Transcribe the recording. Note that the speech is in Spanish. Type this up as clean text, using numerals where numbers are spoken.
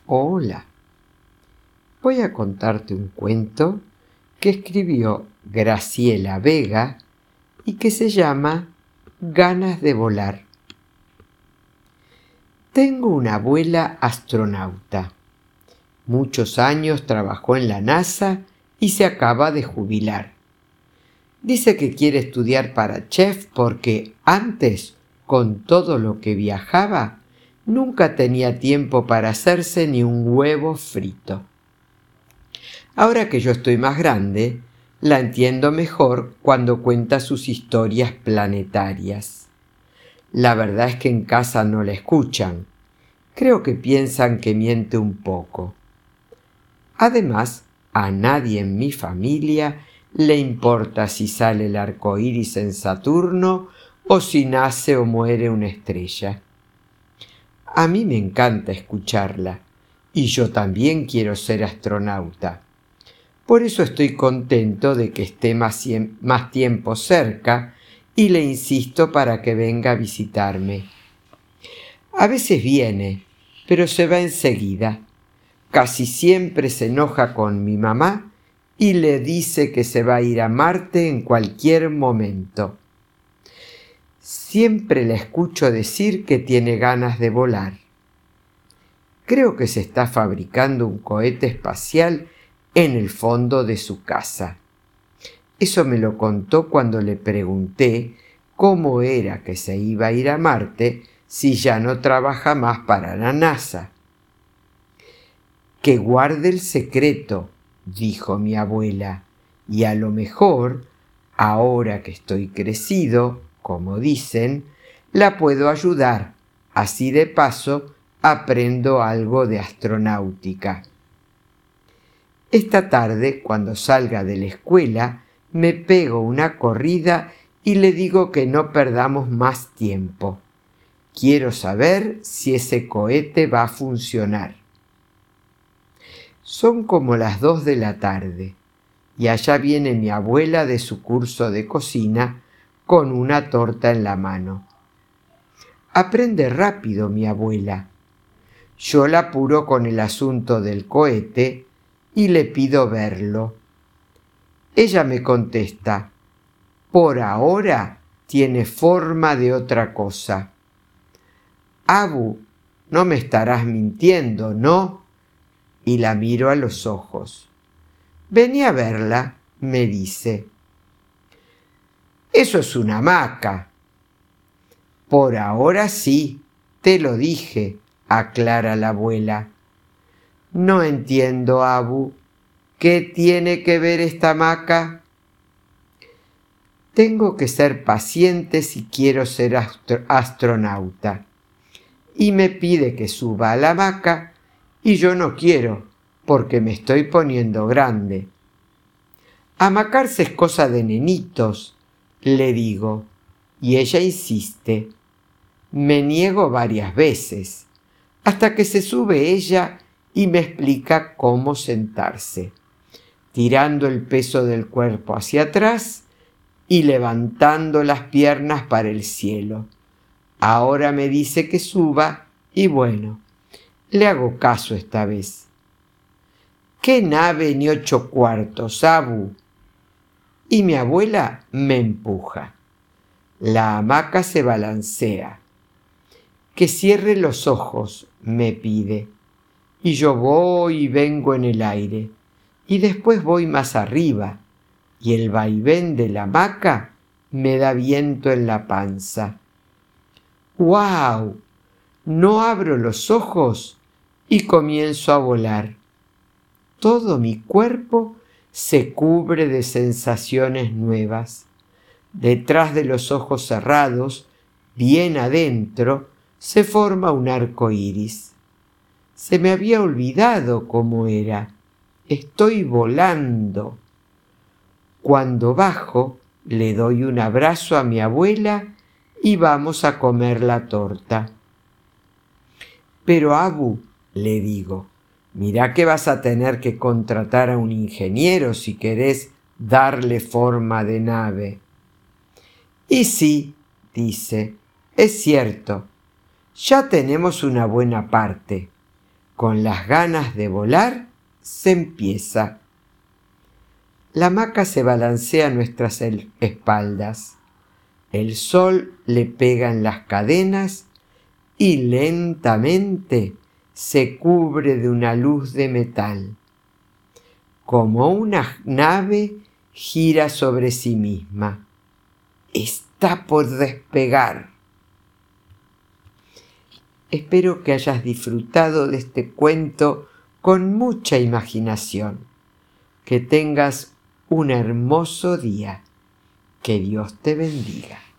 Hola, voy a contarte un cuento que escribió Graciela Vega y que se llama Ganas de volar. Tengo una abuela astronauta. Muchos años trabajó en la NASA y se acaba de jubilar. Dice que quiere estudiar para chef porque antes, con todo lo que viajaba, nunca tenía tiempo para hacerse ni un huevo frito. Ahora que yo estoy más grande, la entiendo mejor cuando cuenta sus historias planetarias. La verdad es que en casa no la escuchan. Creo que piensan que miente un poco. Además, a nadie en mi familia le importa si sale el arco iris en Saturno o si nace o muere una estrella. A mí me encanta escucharla y yo también quiero ser astronauta. Por eso estoy contento de que esté más tiempo cerca y le insisto para que venga a visitarme. A veces viene, pero se va enseguida. Casi siempre se enoja con mi mamá y le dice que se va a ir a Marte en cualquier momento. Siempre la escucho decir que tiene ganas de volar. Creo que se está fabricando un cohete espacial en el fondo de su casa. Eso me lo contó cuando le pregunté cómo era que se iba a ir a Marte si ya no trabaja más para la NASA. Que guarde el secreto, dijo mi abuela, y a lo mejor, ahora que estoy crecido, como dicen, la puedo ayudar. Así de paso aprendo algo de astronáutica. Esta tarde, cuando salga de la escuela, me pego una corrida y le digo que no perdamos más tiempo. Quiero saber si ese cohete va a funcionar. Son como las 2 de la tarde y allá viene mi abuela de su curso de cocina con una torta en la mano. Aprende rápido mi abuela. Yo la apuro con el asunto del cohete y le pido verlo. Ella me contesta, por ahora tiene forma de otra cosa. Abu, no me estarás mintiendo, ¿no? Y la miro a los ojos. Vení a verla, me dice. Eso es una hamaca. Por ahora sí, te lo dije, aclara la abuela. No entiendo, Abu. ¿Qué tiene que ver esta hamaca? Tengo que ser paciente si quiero ser astronauta. Y me pide que suba a la hamaca y yo no quiero porque me estoy poniendo grande. Hamacarse es cosa de nenitos, le digo, y ella insiste. Me niego varias veces, hasta que se sube ella y me explica cómo sentarse, tirando el peso del cuerpo hacia atrás y levantando las piernas para el cielo. Ahora me dice que suba y bueno, le hago caso esta vez. ¿Qué nave ni 8 cuartos, Abu? Y mi abuela me empuja. La hamaca se balancea. Que cierre los ojos, me pide. Y yo voy y vengo en el aire. Y después voy más arriba. Y el vaivén de la hamaca me da viento en la panza. ¡Guau! No abro los ojos y comienzo a volar. Todo mi cuerpo se cubre de sensaciones nuevas. Detrás de los ojos cerrados, bien adentro, se forma un arco iris. Se me había olvidado cómo era. Estoy volando. Cuando bajo, le doy un abrazo a mi abuela y vamos a comer la torta. Pero Abu, le digo, mirá que vas a tener que contratar a un ingeniero si querés darle forma de nave. Y sí, dice, es cierto, ya tenemos una buena parte. Con las ganas de volar se empieza. La hamaca se balancea a nuestras espaldas. El sol le pega en las cadenas y lentamente se cubre de una luz de metal. Como una nave gira sobre sí misma. Está por despegar. Espero que hayas disfrutado de este cuento con mucha imaginación. Que tengas un hermoso día. Que Dios te bendiga.